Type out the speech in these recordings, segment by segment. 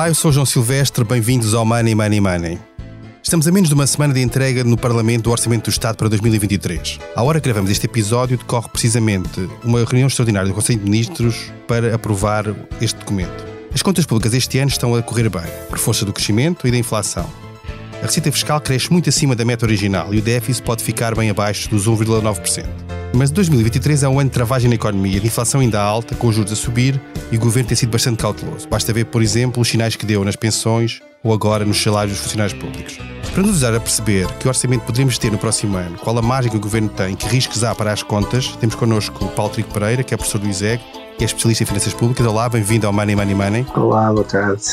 Olá, eu sou João Silvestre, bem-vindos ao Money, Money, Money. Estamos a menos de uma semana de entrega no Parlamento do Orçamento do Estado para 2023. À hora que gravamos este episódio, decorre precisamente uma reunião extraordinária do Conselho de Ministros para aprovar este documento. As contas públicas este ano estão a correr bem, por força do crescimento e da inflação. A receita fiscal cresce muito acima da meta original e o déficit pode ficar bem abaixo dos 1,9%. Mas 2023 é um ano de travagem na economia, de inflação ainda alta, com os juros a subir, e o governo tem sido bastante cauteloso. Basta ver, por exemplo, os sinais que deu nas pensões ou agora nos salários dos funcionários públicos. Para nos ajudar a perceber que orçamento poderemos ter no próximo ano, qual a margem que o governo tem, que riscos há para as contas, temos connosco o Paulo Trigo Pereira, que é professor do ISEG, que é especialista em finanças públicas. Olá, bem-vindo ao Money, Money, Money. Olá, boa tarde.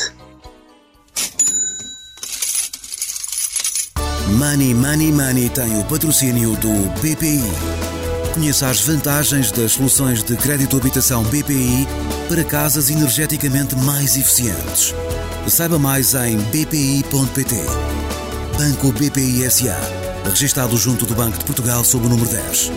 Money, Money, Money tem o patrocínio do BPI. Conheça as vantagens das soluções de crédito habitação BPI para casas energeticamente mais eficientes. Saiba mais em bpi.pt. Banco BPI S.A. Registado junto do Banco de Portugal sob o número 10.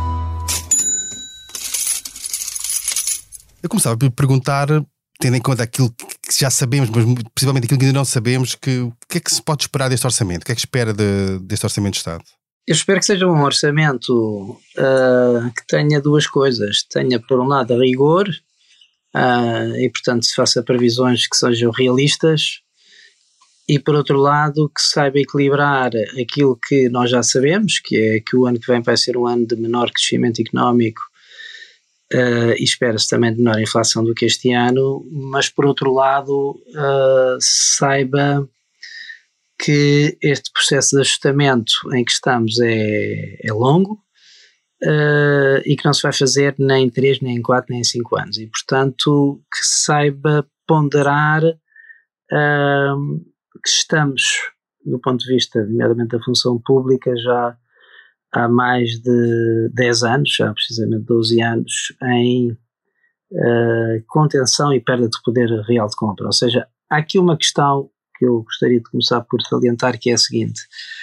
Eu começava por perguntar, tendo em conta aquilo que já sabemos, mas principalmente aquilo que ainda não sabemos, o que é que se pode esperar deste orçamento? O que é que espera deste Orçamento de Estado? Eu espero que seja um orçamento que tenha duas coisas. Tenha, por um lado, a rigor e, portanto, se faça previsões que sejam realistas, e, por outro lado, que saiba equilibrar aquilo que nós já sabemos, que é que o ano que vem vai ser um ano de menor crescimento económico e espera-se também de menor inflação do que este ano, mas, por outro lado, saiba que este processo de ajustamento em que estamos é longo e que não se vai fazer nem em 3, nem em 4, nem em 5 anos. E, portanto, que saiba ponderar que estamos, do ponto de vista, nomeadamente da função pública, já há mais de 10 anos, já precisamente 12 anos, em contenção e perda de poder real de compra. Ou seja, há aqui uma questão que eu gostaria de começar por salientar, que é a seguinte.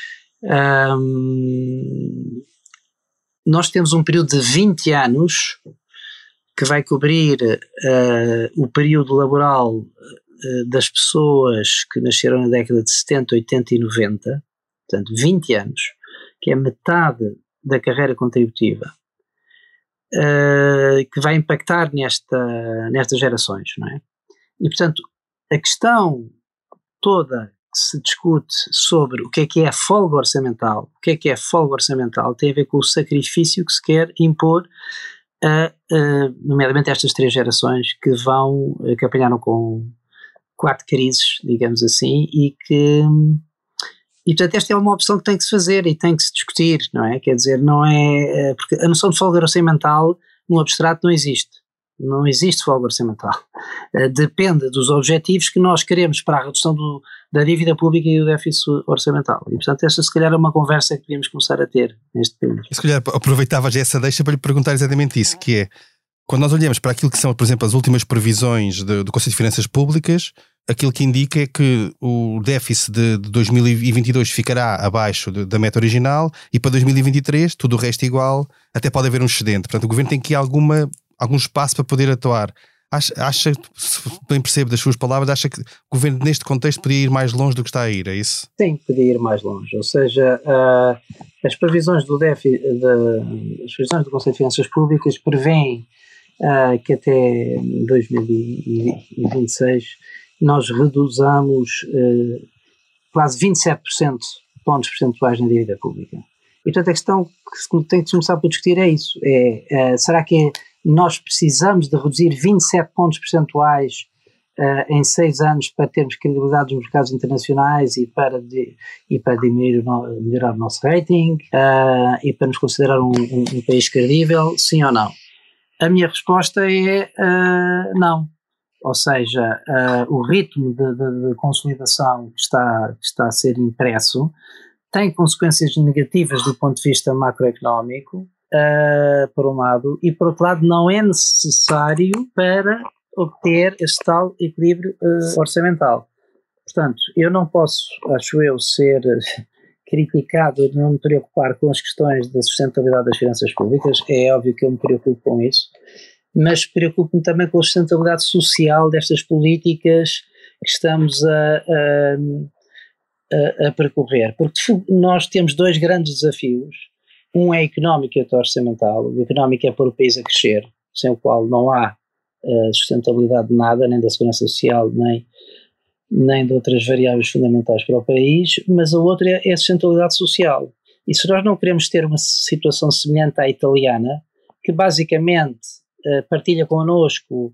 Nós temos um período de 20 anos que vai cobrir o período laboral das pessoas que nasceram na década de 70, 80 e 90, portanto 20 anos, que é metade da carreira contributiva, que vai impactar nestas gerações, não é? E, portanto, a questão toda que se discute sobre o que é a folga orçamental, tem a ver com o sacrifício que se quer impor nomeadamente estas 3 gerações que apanharam com 4 crises, digamos assim, e portanto esta é uma opção que tem que se fazer e tem que se discutir, não é? Quer dizer, não é, porque a noção de folga orçamental no abstrato não existe. Não existe folga orçamental. Depende dos objetivos que nós queremos para a redução da dívida pública e do déficit orçamental. E, portanto, esta se calhar é uma conversa que devíamos começar a ter neste período. Se calhar aproveitava já essa deixa para lhe perguntar exatamente isso, que é, quando nós olhamos para aquilo que são, por exemplo, as últimas previsões do Conselho de Finanças Públicas, aquilo que indica é que o déficit de 2022 ficará abaixo da meta original e para 2023, tudo o resto igual, até pode haver um excedente. Portanto, o Governo tem aqui algum espaço para poder atuar. Acha, se bem percebo das suas palavras, acha que o Governo neste contexto podia ir mais longe do que está a ir, é isso? Sim, podia ir mais longe, ou seja, as previsões do Conselho de Finanças Públicas prevêem que até 2026 nós reduzamos quase 27% pontos percentuais na dívida pública. E, portanto, a questão que tem que começar por discutir é isso. Será que nós precisamos de reduzir 27 pontos percentuais em 6 anos para termos credibilidade nos mercados internacionais e para melhorar o nosso rating e para nos considerar um país credível, sim ou não? A minha resposta é não. Ou seja, o ritmo de consolidação que está a ser impresso tem consequências negativas do ponto de vista macroeconómico, por um lado, e por outro lado não é necessário para obter esse tal equilíbrio orçamental. Portanto, eu não posso, acho eu, ser criticado de não me preocupar com as questões da sustentabilidade das finanças públicas. É óbvio que eu me preocupo com isso, mas preocupo-me também com a sustentabilidade social destas políticas estamos a percorrer, porque nós temos dois grandes desafios. Um é económico e outro orçamental. O económico é pôr o país a crescer, sem o qual não há sustentabilidade de nada, nem da segurança social, nem de outras variáveis fundamentais para o país, mas o outro é a sustentabilidade social. E se nós não queremos ter uma situação semelhante à italiana, que basicamente partilha connosco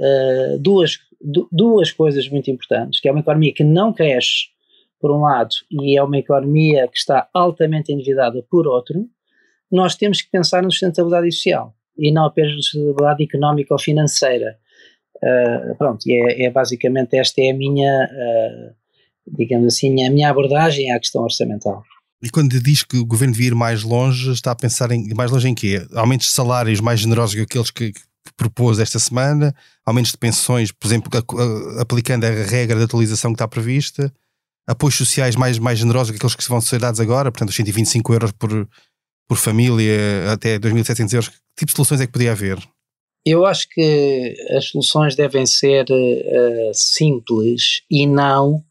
duas coisas muito importantes, que é uma economia que não cresce, por um lado, e é uma economia que está altamente endividada, por outro, nós temos que pensar na sustentabilidade social e não apenas na sustentabilidade económica ou financeira. Pronto, e basicamente esta é a minha, digamos assim, a minha abordagem à questão orçamental. E quando diz que o governo devia ir mais longe, está a pensar mais longe em quê? Aumentos de salários mais generosos que aqueles que propôs esta semana? Aumentos de pensões, por exemplo, aplicando a regra de atualização que está prevista? Apoios sociais mais generosos que aqueles que vão ser dados agora? Portanto, os 125 euros por família até 2.700 euros. Que tipo de soluções é que podia haver? Eu acho que as soluções devem ser simples e não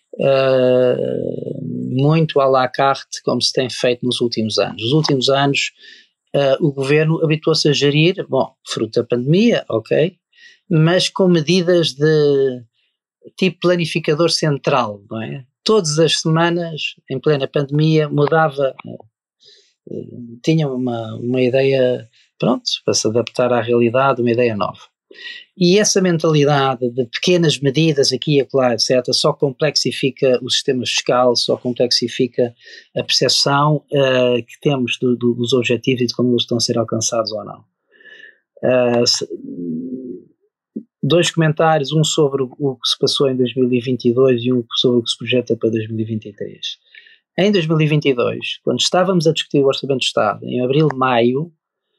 muito à la carte, como se tem feito nos últimos anos. Nos últimos anos, o governo habituou-se a gerir, fruto da pandemia, ok, mas com medidas de tipo planificador central, não é? Todas as semanas, em plena pandemia, mudava, tinha uma ideia, pronto, para se adaptar à realidade, uma ideia nova. E essa mentalidade de pequenas medidas aqui e acolá, etc., só complexifica o sistema fiscal, só complexifica a percepção que temos dos objetivos e de como eles estão a ser alcançados ou não. Dois comentários, um sobre o que se passou em 2022 e um sobre o que se projeta para 2023. Em 2022, quando estávamos a discutir o Orçamento do Estado, em abril, maio,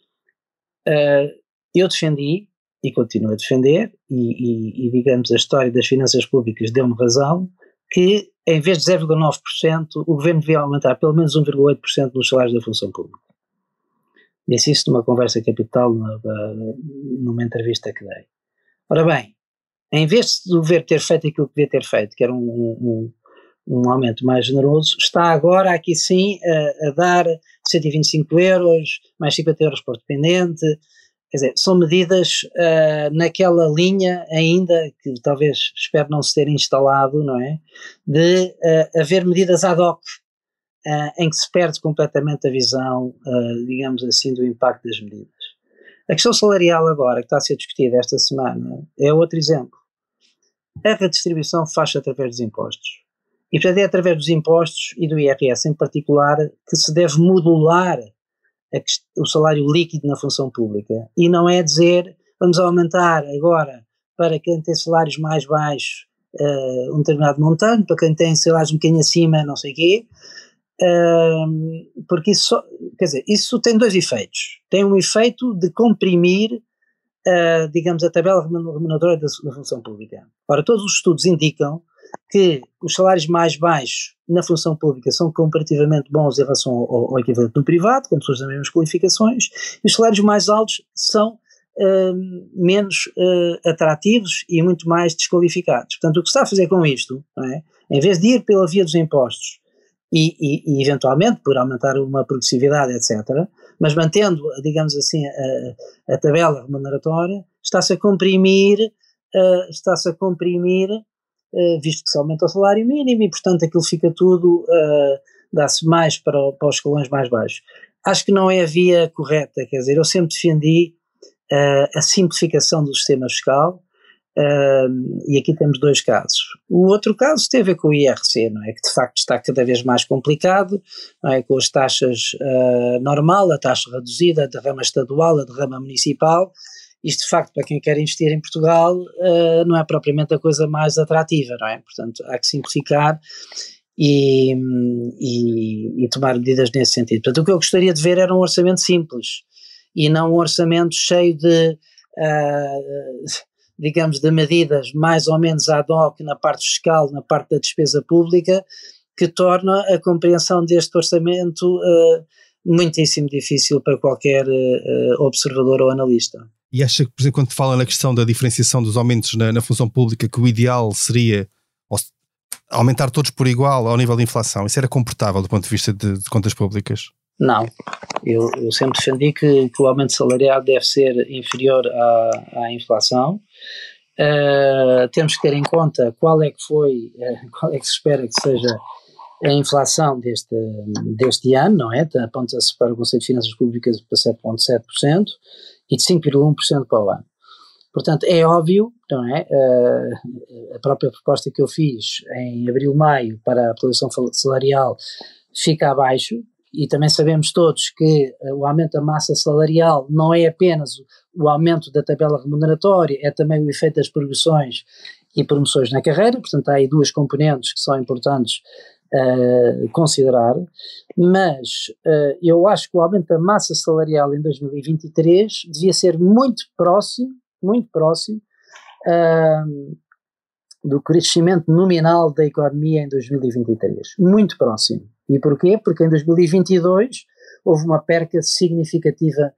eu defendi e continuo a defender, e digamos a história das finanças públicas deu-me razão, que em vez de 0,9% o governo devia aumentar pelo menos 1,8% nos salários da função pública. Disse isso numa conversa capital, numa entrevista que dei. Ora bem, em vez do governo ter feito aquilo que devia ter feito, que era um aumento mais generoso, está agora aqui sim a dar 125 euros, mais 50 euros por dependente. Quer dizer, são medidas naquela linha ainda, que talvez espero não se ter instalado, não é? De haver medidas ad hoc, em que se perde completamente a visão, digamos assim, do impacto das medidas. A questão salarial agora, que está a ser discutida esta semana, é outro exemplo. A redistribuição faz-se através dos impostos. E, portanto, é através dos impostos e do IRS em particular que se deve modular o salário líquido na função pública. E não é dizer, vamos aumentar agora para quem tem salários mais baixos um determinado montante, para quem tem salários um bocadinho acima, não sei o quê, porque isso, quer dizer, isso tem dois efeitos. Tem um efeito de comprimir, digamos, a tabela remuneradora da função pública. Ora, todos os estudos indicam que os salários mais baixos na função pública são comparativamente bons em relação ao equivalente no privado, com pessoas das mesmas qualificações, e os salários mais altos são menos atrativos e muito mais desqualificados. Portanto, o que se está a fazer com isto, não é? Em vez de ir pela via dos impostos e eventualmente por aumentar uma produtividade, etc., mas mantendo, digamos assim, a tabela remuneratória, está-se a comprimir, visto que se aumenta o salário mínimo e, portanto, aquilo fica tudo, dá-se mais para os escalões mais baixos. Acho que não é a via correta, quer dizer, eu sempre defendi a simplificação do sistema fiscal, e aqui temos dois casos. O outro caso tem a ver com o IRC, não é? Que de facto está cada vez mais complicado, não é? Com as taxas normal, a taxa reduzida, a derrama estadual, a derrama municipal. Isto de facto, para quem quer investir em Portugal, não é propriamente a coisa mais atrativa, não é? Portanto, há que simplificar e tomar medidas nesse sentido. Portanto, o que eu gostaria de ver era um orçamento simples e não um orçamento cheio de, digamos, de medidas mais ou menos ad hoc na parte fiscal, na parte da despesa pública, que torna a compreensão deste orçamento muitíssimo difícil para qualquer observador ou analista. E acha que, por exemplo, quando fala na questão da diferenciação dos aumentos na função pública, que o ideal seria aumentar todos por igual ao nível de inflação, isso era comportável do ponto de vista de contas públicas? Não, eu sempre defendi que o aumento salarial deve ser inferior à inflação. Temos que ter em conta qual é que se espera que seja a inflação deste ano, não é? Aponta-se para o Conselho de Finanças Públicas para 7,7% e de 5,1% para o ano. Portanto, é óbvio, não é? A própria proposta que eu fiz em abril-maio para a atualização salarial fica abaixo, e também sabemos todos que o aumento da massa salarial não é apenas o aumento da tabela remuneratória, é também o efeito das progressões e promoções na carreira. Portanto, há aí duas componentes que são importantes considerar, mas eu acho que o aumento da massa salarial em 2023 devia ser muito próximo do crescimento nominal da economia em 2023, muito próximo. E porquê? Porque em 2022 houve uma perca significativa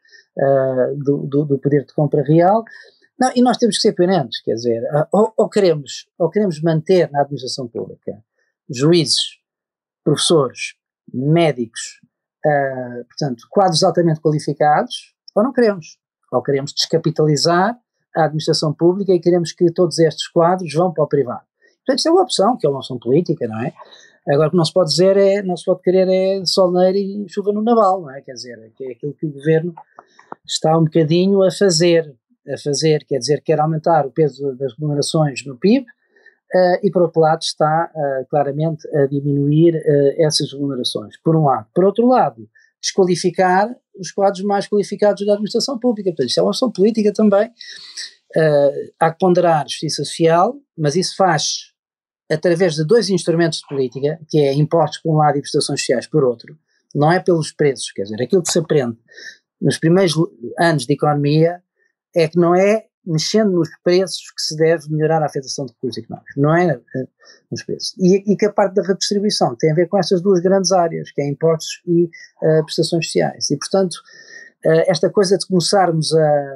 do poder de compra real. Não, e nós temos que ser coerentes, quer dizer, ou queremos manter na administração pública juízes, professores, médicos, portanto, quadros altamente qualificados, ou não queremos. Ou queremos descapitalizar a administração pública e queremos que todos estes quadros vão para o privado. Portanto, isso é uma opção, que é uma opção política, não é? Agora, o que não se pode dizer não se pode querer sol neiro e chuva no naval, não é? Quer dizer, que é aquilo que o governo está um bocadinho a fazer, quer dizer, quer aumentar o peso das remunerações no PIB, e por outro lado está claramente a diminuir essas remunerações, por um lado. Por outro lado, desqualificar os quadros mais qualificados da administração pública. Portanto, isto é uma opção política também. Há que ponderar justiça social, mas isso faz através de dois instrumentos de política, que é impostos por um lado e prestações sociais por outro. Não é pelos preços, quer dizer, aquilo que se aprende nos primeiros anos de economia é que não é mexendo nos preços que se deve melhorar a afetação de recursos económicos, não é nos preços. E que a parte da redistribuição tem a ver com estas duas grandes áreas, que é impostos e prestações sociais. E, portanto, esta coisa de começarmos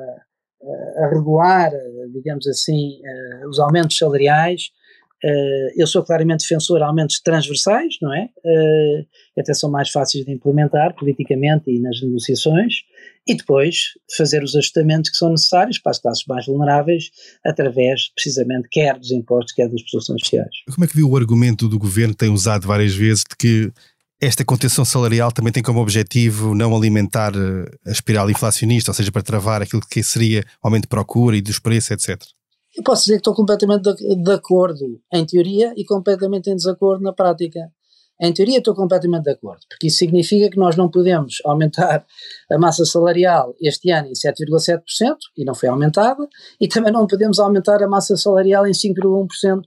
a regular, digamos assim, os aumentos salariais, eu sou claramente defensor de aumentos transversais, não é? Que até são mais fáceis de implementar politicamente e nas negociações, e depois fazer os ajustamentos que são necessários para as classes mais vulneráveis, através, precisamente, quer dos impostos, quer das prestações sociais. Como é que viu o argumento do governo, que tem usado várias vezes, de que esta contenção salarial também tem como objetivo não alimentar a espiral inflacionista, ou seja, para travar aquilo que seria aumento de procura e dos preços, etc.? Eu posso dizer que estou completamente de acordo em teoria e completamente em desacordo na prática. Em teoria estou completamente de acordo, porque isso significa que nós não podemos aumentar a massa salarial este ano em 7,7% e não foi aumentada, e também não podemos aumentar a massa salarial em 5,1%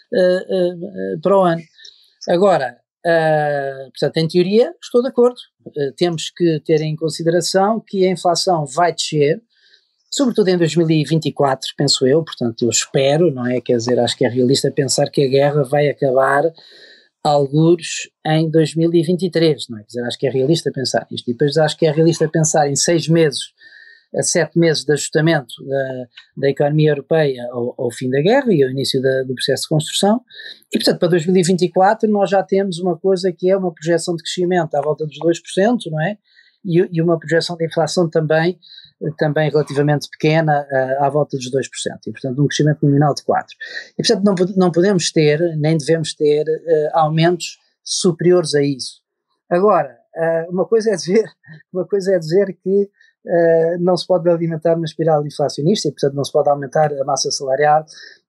para o ano. Agora, portanto, em teoria estou de acordo. Temos que ter em consideração que a inflação vai descer, sobretudo em 2024, penso eu, portanto eu espero, não é? Quer dizer, acho que é realista pensar que a guerra vai acabar algures em 2023, não é? Quer dizer, acho que é realista pensar isto. E depois acho que é realista pensar em 6 meses a 7 meses de ajustamento da economia europeia ao fim da guerra e ao início do processo de construção. E, portanto, para 2024 nós já temos uma coisa que é uma projeção de crescimento à volta dos 2%, não é? E uma projeção de inflação também relativamente pequena, à volta dos 2%, e portanto um crescimento nominal de 4%. E portanto não podemos ter, nem devemos ter, aumentos superiores a isso. Agora, uma coisa é dizer que não se pode alimentar uma espiral inflacionista e portanto não se pode aumentar a massa salarial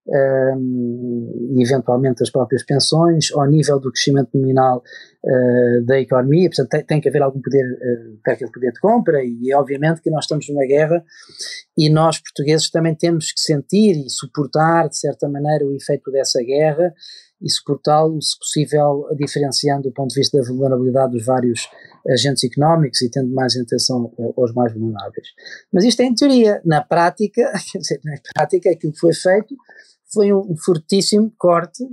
e eventualmente as próprias pensões ao nível do crescimento nominal da economia. Portanto tem que haver algum perca de poder de compra, e obviamente que nós estamos numa guerra e nós portugueses também temos que sentir e suportar de certa maneira o efeito dessa guerra e suportá-lo, se possível, diferenciando do ponto de vista da vulnerabilidade dos vários agentes económicos e tendo mais atenção aos mais vulneráveis. Mas isto é em teoria. Na prática, quer dizer, aquilo que foi feito foi um fortíssimo corte,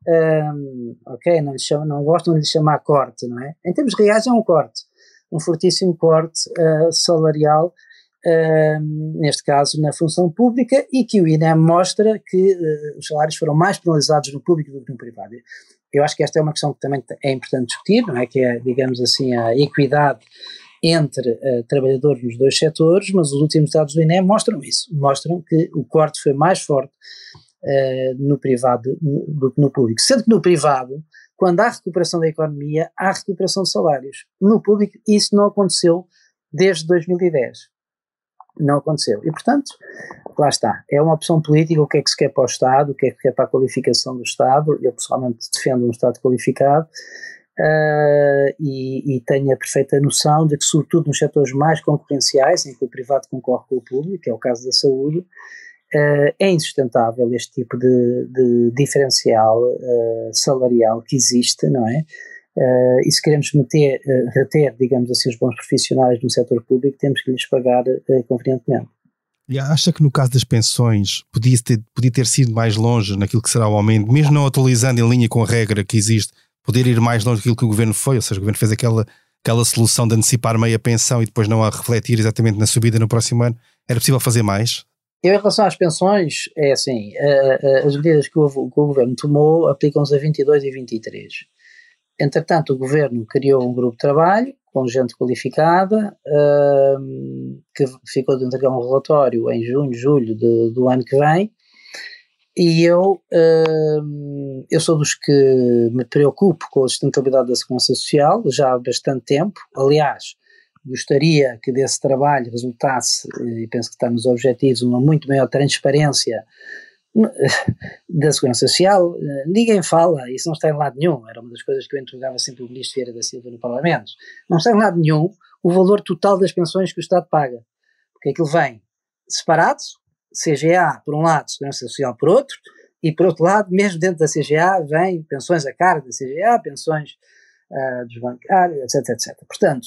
não gostam de lhe chamar corte, não é? Em termos reais é um corte, um fortíssimo corte salarial neste caso na função pública, e que o INEM mostra que os salários foram mais penalizados no público do que no privado. Eu acho que esta é uma questão que também é importante discutir, não é? Que é, digamos assim, a equidade entre trabalhadores nos dois setores, mas os últimos dados do INEM mostram isso, mostram que o corte foi mais forte no privado do que no público, sendo que no privado, quando há recuperação da economia, há recuperação de salários. No público isso não aconteceu desde 2010. Não aconteceu. E, portanto, lá está. É uma opção política, o que é que se quer para o Estado, o que é que se quer para a qualificação do Estado. Eu, pessoalmente, defendo um Estado qualificado e tenho a perfeita noção de que, sobretudo nos setores mais concorrenciais, em que o privado concorre com o público, que é o caso da saúde, é insustentável este tipo de diferencial salarial que existe, não é? E se queremos reter, digamos assim, os bons profissionais no setor público, temos que lhes pagar convenientemente. E acha que no caso das pensões podia ter sido mais longe naquilo que será o aumento, mesmo não atualizando em linha com a regra que existe, poder ir mais longe daquilo que o Governo foi, ou seja, o Governo fez aquela solução de antecipar meia pensão e depois não a refletir exatamente na subida no próximo ano? Era possível fazer mais? Eu, em relação às pensões, é assim, as medidas que o Governo tomou aplicam-se a 22 e 23. Entretanto, o Governo criou um grupo de trabalho com gente qualificada que ficou de entregar um relatório em junho, julho do ano que vem, e eu sou dos que me preocupo com a sustentabilidade da segurança social já há bastante tempo. Aliás, gostaria que desse trabalho resultasse, e penso que está nos objetivos, uma muito maior transparência da segurança social. Ninguém fala, isso não está em lado nenhum, era uma das coisas que eu interrogava sempre o Ministro Vieira da Silva no Parlamento, não está em lado nenhum o valor total das pensões que o Estado paga, porque aquilo vem separado, CGA por um lado, segurança social por outro, e por outro lado, mesmo dentro da CGA, vem pensões a cargo da CGA, pensões dos bancários, etc. Portanto,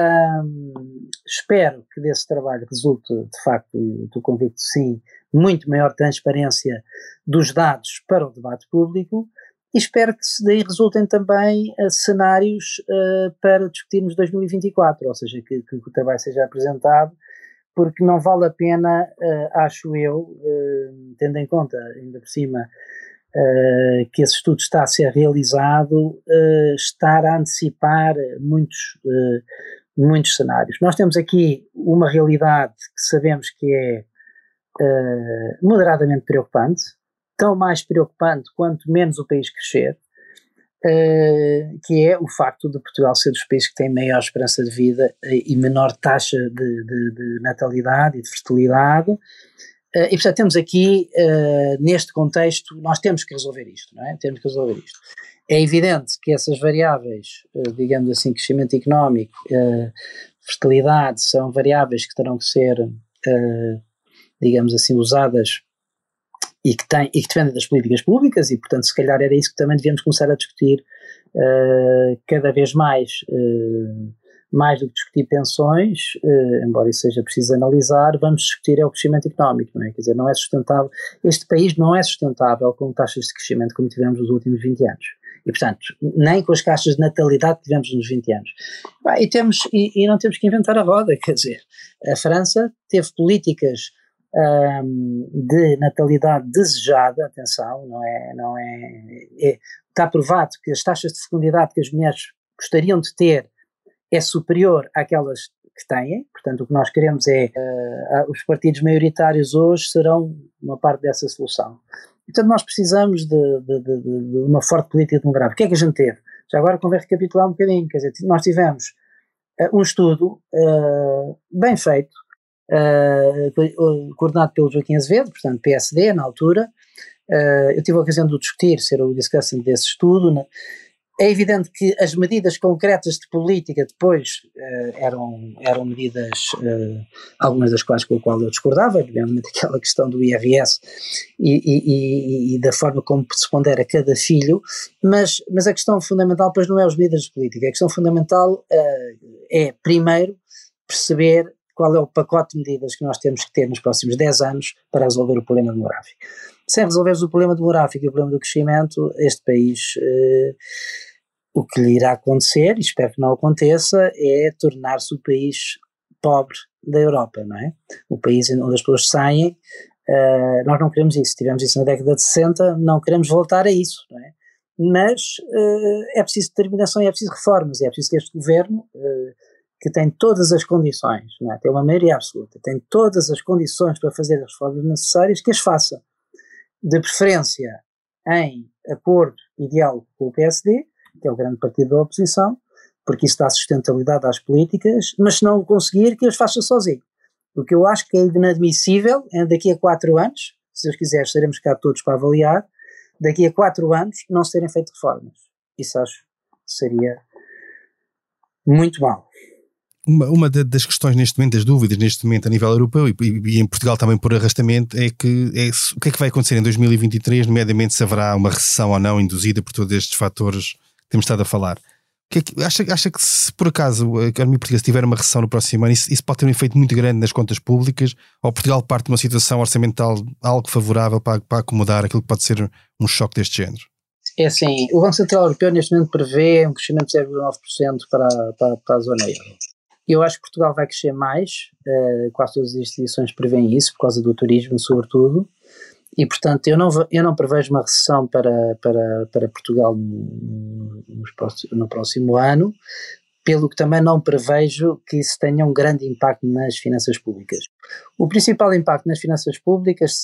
espero que desse trabalho resulte, de facto, estou convicto sim, muito maior transparência dos dados para o debate público, e espero que daí resultem também cenários para discutirmos 2024, ou seja, que o trabalho seja apresentado, porque não vale a pena, acho eu, tendo em conta, ainda por cima, que esse estudo está a ser realizado, estar a antecipar muitos cenários. Nós temos aqui uma realidade que sabemos que é moderadamente preocupante, tão mais preocupante quanto menos o país crescer, que é o facto de Portugal ser dos países que têm maior esperança de vida e menor taxa de natalidade e de fertilidade. E, portanto, temos aqui, neste contexto, nós temos que resolver isto, não é? Temos que resolver isto. É evidente que essas variáveis, digamos assim, crescimento económico, fertilidade, são variáveis que terão que ser, digamos assim, usadas e que dependem das políticas públicas, e, portanto, se calhar era isso que também devíamos começar a discutir cada vez mais do que discutir pensões, embora isso seja preciso analisar, vamos discutir o crescimento económico, não é? Quer dizer, não é sustentável, este país não é sustentável com taxas de crescimento como tivemos nos últimos 20 anos. E, portanto, nem com as taxas de natalidade que tivemos nos 20 anos. E não temos que inventar a roda, quer dizer, a França teve políticas de natalidade desejada, atenção, está provado que as taxas de fecundidade que as mulheres gostariam de ter é superior àquelas que têm, portanto o que nós queremos é, os partidos maioritários hoje serão uma parte dessa solução. Portanto nós precisamos de uma forte política demográfica. O que é que a gente teve? Já agora convém recapitular um bocadinho, quer dizer, nós tivemos um estudo bem feito, coordenado pelo Joaquim Azevedo, portanto PSD na altura. Eu tive a ocasião de discutir, ser o discussant desse estudo, né? É evidente que as medidas concretas de política depois eram medidas, algumas das quais com a qual eu discordava, evidentemente aquela questão do IRS e da forma como se pondera cada filho, mas a questão fundamental pois não é as medidas de política, a questão fundamental é primeiro perceber qual é o pacote de medidas que nós temos que ter nos próximos 10 anos para resolver o problema demográfico. Sem resolveres o problema demográfico e o problema do crescimento, este país, o que lhe irá acontecer, e espero que não aconteça, é tornar-se o país pobre da Europa, não é? O país onde as pessoas saem, nós não queremos isso. Tivemos isso na década de 60, não queremos voltar a isso, não é? Mas é preciso determinação e é preciso reformas, e é preciso que este governo, que tem todas as condições, não é? Tem uma maioria absoluta, tem todas as condições para fazer as reformas necessárias, que as faça, de preferência em acordo e diálogo com o PSD, que é o grande partido da oposição, porque isso dá sustentabilidade às políticas, mas se não o conseguir, que as faça sozinho. O que eu acho que é inadmissível é daqui a 4 anos, se Deus quiser estaremos cá todos para avaliar, daqui a 4 anos não se terem feito reformas. Isso acho que seria muito mal. Uma das questões neste momento, das dúvidas neste momento a nível europeu e em Portugal também por arrastamento, o que é que vai acontecer em 2023, nomeadamente se haverá uma recessão ou não induzida por todos estes fatores que temos estado a falar. Acha que se por acaso a economia portuguesa tiver uma recessão no próximo ano, isso pode ter um efeito muito grande nas contas públicas, ou Portugal parte de uma situação orçamental algo favorável para acomodar aquilo que pode ser um choque deste género? É assim, o Banco Central Europeu neste momento prevê um crescimento de 0,9% para a zona euro. Eu acho que Portugal vai crescer mais, quase todas as instituições prevêem isso, por causa do turismo sobretudo, e portanto eu não prevejo uma recessão para Portugal no próximo ano, pelo que também não prevejo que isso tenha um grande impacto nas finanças públicas. O principal impacto nas finanças públicas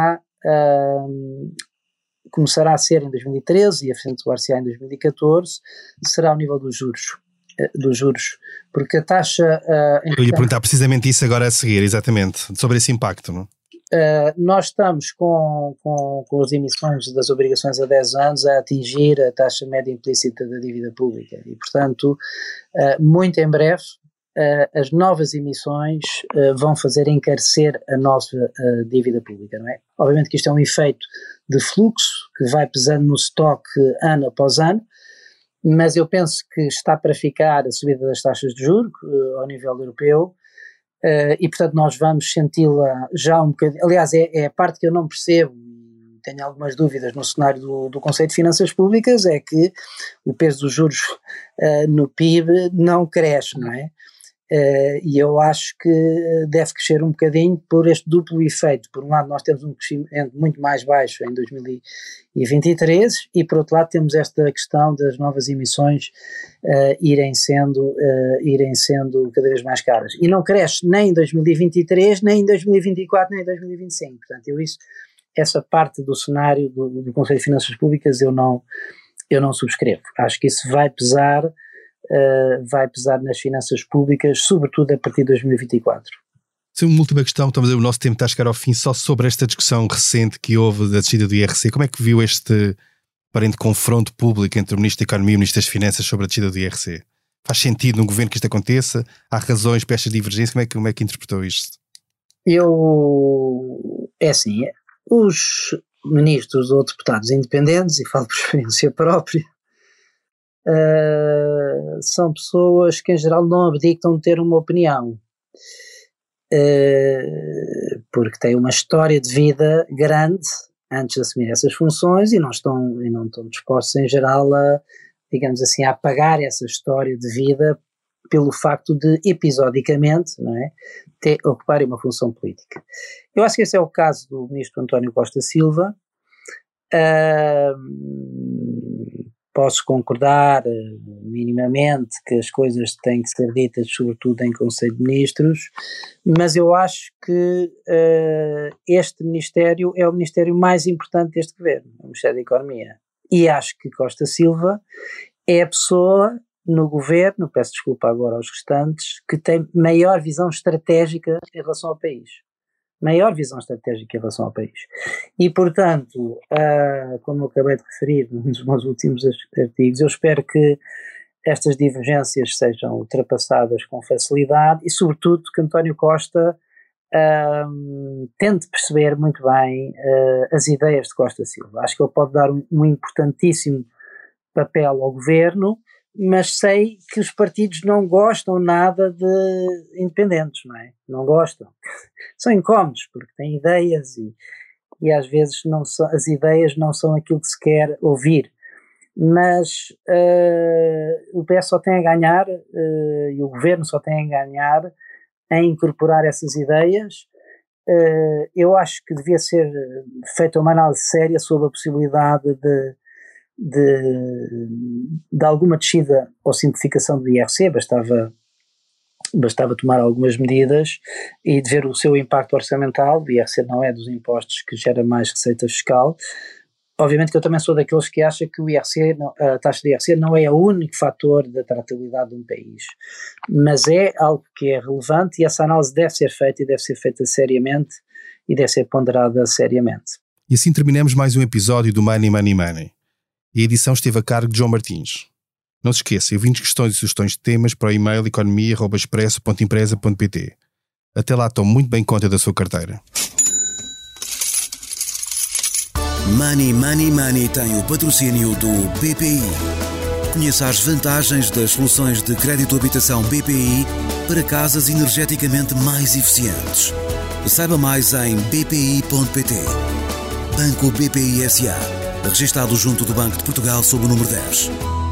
começará a ser em 2013 e acentuar-se em 2014, será o nível dos juros, porque a taxa... Eu ia perguntar precisamente isso agora a seguir, exatamente, sobre esse impacto, não? Nós estamos com as emissões das obrigações a 10 anos a atingir a taxa média implícita da dívida pública e, portanto, muito em breve, as novas emissões vão fazer encarecer a nossa dívida pública, não é? Obviamente que isto é um efeito de fluxo que vai pesando no estoque ano após ano, mas eu penso que está para ficar a subida das taxas de juros ao nível europeu, e portanto nós vamos senti-la já um bocadinho, aliás é a parte que eu não percebo, tenho algumas dúvidas no cenário do Conselho de Finanças Públicas, é que o peso dos juros no PIB não cresce, não é? E eu acho que deve crescer um bocadinho por este duplo efeito. Por um lado nós temos um crescimento muito mais baixo em 2023 e por outro lado temos esta questão das novas emissões irem sendo cada vez mais caras. E não cresce nem em 2023, nem em 2024, nem em 2025. Portanto, essa parte do cenário do Conselho de Finanças Públicas eu não subscrevo. Acho que isso vai pesar nas finanças públicas, sobretudo a partir de 2024. Sim, uma última questão, o nosso tempo está a chegar ao fim, só sobre esta discussão recente que houve da descida do IRC. Como é que viu este aparente confronto público entre o Ministro da Economia e o Ministro das Finanças sobre a descida do IRC? Faz sentido no governo que isto aconteça? Há razões para esta divergência? Como é que interpretou isto? É assim, os ministros ou deputados independentes, e falo por experiência própria, são pessoas que em geral não abdicam de ter uma opinião, porque têm uma história de vida grande antes de assumir essas funções e não estão dispostos em geral a, digamos assim, a apagar essa história de vida pelo facto de episodicamente, não é, ocuparem uma função política. Eu acho que esse é o caso do ministro António Costa Silva. Posso concordar minimamente que as coisas têm que ser ditas sobretudo em Conselho de Ministros, mas eu acho que este Ministério é o Ministério mais importante deste Governo, o Ministério da Economia, e acho que Costa Silva é a pessoa no Governo, peço desculpa agora aos restantes, que tem maior visão estratégica em relação ao país. Maior visão estratégica em relação ao país. E, portanto, como eu acabei de referir nos meus últimos artigos, eu espero que estas divergências sejam ultrapassadas com facilidade e, sobretudo, que António Costa tente perceber muito bem as ideias de Costa Silva. Acho que ele pode dar um importantíssimo papel ao governo, mas sei que os partidos não gostam nada de independentes, não é? Não gostam. São incómodos, porque têm ideias e às vezes as ideias não são aquilo que se quer ouvir. Mas o PS só tem a ganhar, e o governo só tem a ganhar, em incorporar essas ideias. Eu acho que devia ser feita uma análise séria sobre a possibilidade de alguma descida ou simplificação do IRC. Bastava tomar algumas medidas e de ver o seu impacto orçamental. O IRC não é dos impostos que gera mais receita fiscal. Obviamente que eu também sou daqueles que acham que a taxa de IRC não é o único fator da tratabilidade de um país, mas é algo que é relevante e essa análise deve ser feita e deve ser feita seriamente e deve ser ponderada seriamente. E assim terminamos mais um episódio do Money, Money, Money. E a edição esteve a cargo de João Martins. Não se esqueça, enviem questões e sugestões de temas para o e-mail economia@expresso.empresa.pt. Até lá, tome muito bem conta da sua carteira. Money, Money, Money tem o patrocínio do BPI. Conheça as vantagens das soluções de crédito habitação BPI para casas energeticamente mais eficientes. Saiba mais em bpi.pt. Banco BPI S.A. Registado junto do Banco de Portugal sob o número 10.